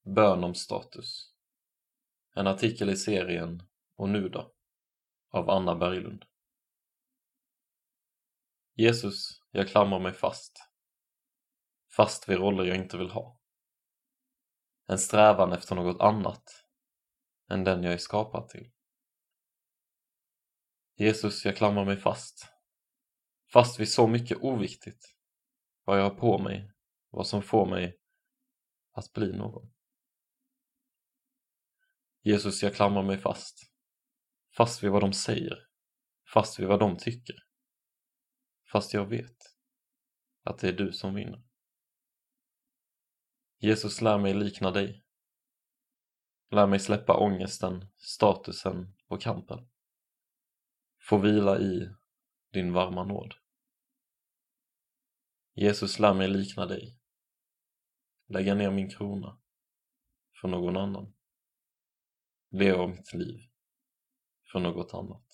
Bön om status. En artikel i serien Och nu då? Av Anna Berglund. Jesus, jag klamrar mig fast vid roller jag inte vill ha. En strävan efter något annat än den jag är skapad till. Jesus, jag klamrar mig fast vid så mycket oviktigt. Vad jag har på mig, vad som får mig att bli någon. Jesus, jag klamrar mig fast vid vad de säger, fast vid vad de tycker. Fast jag vet att det är du som vinner. Jesus, lär mig likna dig. Lär mig släppa ångesten, statusen och kampen. Få vila i din varma nåd. Jesus, lär mig likna dig. Lägga ner min krona för någon annan. Leva mitt liv för något annat.